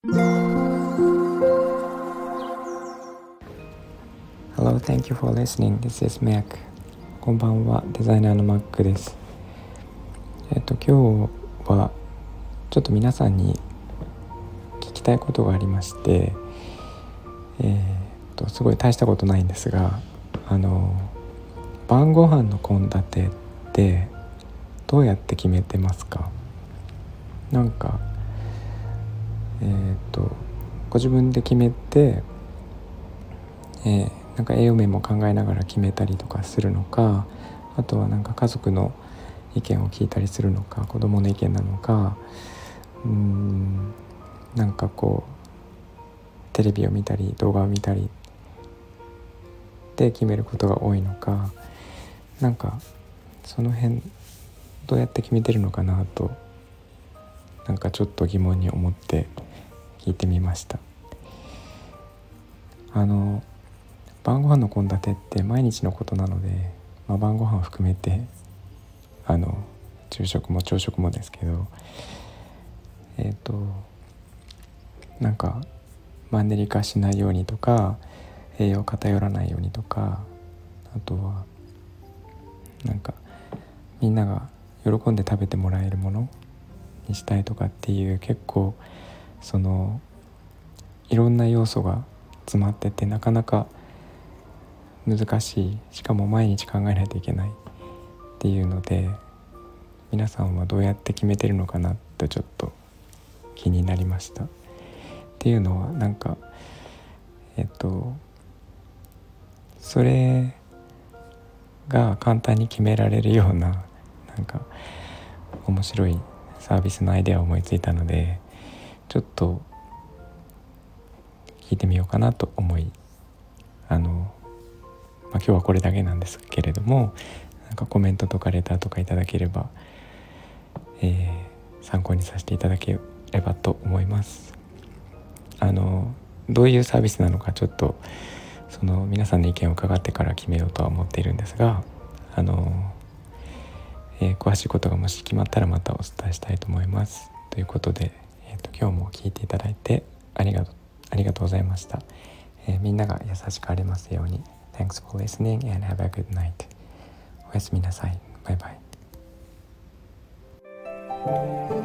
Hello, thank you for listening. This is Mac. こんばんは、デザイナーの Mac です。今日はちょっと皆さんに聞きたいことがありまして、すごい大したことないんですが、晩ご飯の献立ってどうやって決めてますか？なんか、ご自分で決めて、なんか栄養面も考えながら決めたりとかするのか、あとはなんか家族の意見を聞いたりするのか、子供の意見なのか、なんかこうテレビを見たり動画を見たりで決めることが多いのか、なんかその辺どうやって決めてるのかなと、なんかちょっと疑問に思って聞いてみました。晩ご飯の献立って毎日のことなので、晩ご飯を含めて昼食も朝食もですけど、なんかマンネリ化しないようにとか、栄養偏らないようにとか、あとはなんかみんなが喜んで食べてもらえるものにしたいとかっていう、結構いろんな要素が詰まってて、なかなか難しい、しかも毎日考えないといけないっていうので、皆さんはどうやって決めてるのかなってちょっと気になりました。っていうのはなんかそれが簡単に決められるような、なんか面白いサービスのアイデアを思いついたので、ちょっと聞いてみようかなと思い、今日はこれだけなんですけれども、なんかコメントとかレターとかいただければ、参考にさせていただければと思います。どういうサービスなのか、ちょっと皆さんの意見を伺ってから決めようとは思っているんですが、詳しいことがもし決まったらまたお伝えしたいと思います。ということで、今日も聞いていただいてありがとうございました。みんなが優しくありますように。Thanks for listening and have a good night. おやすみなさい。バイバイ。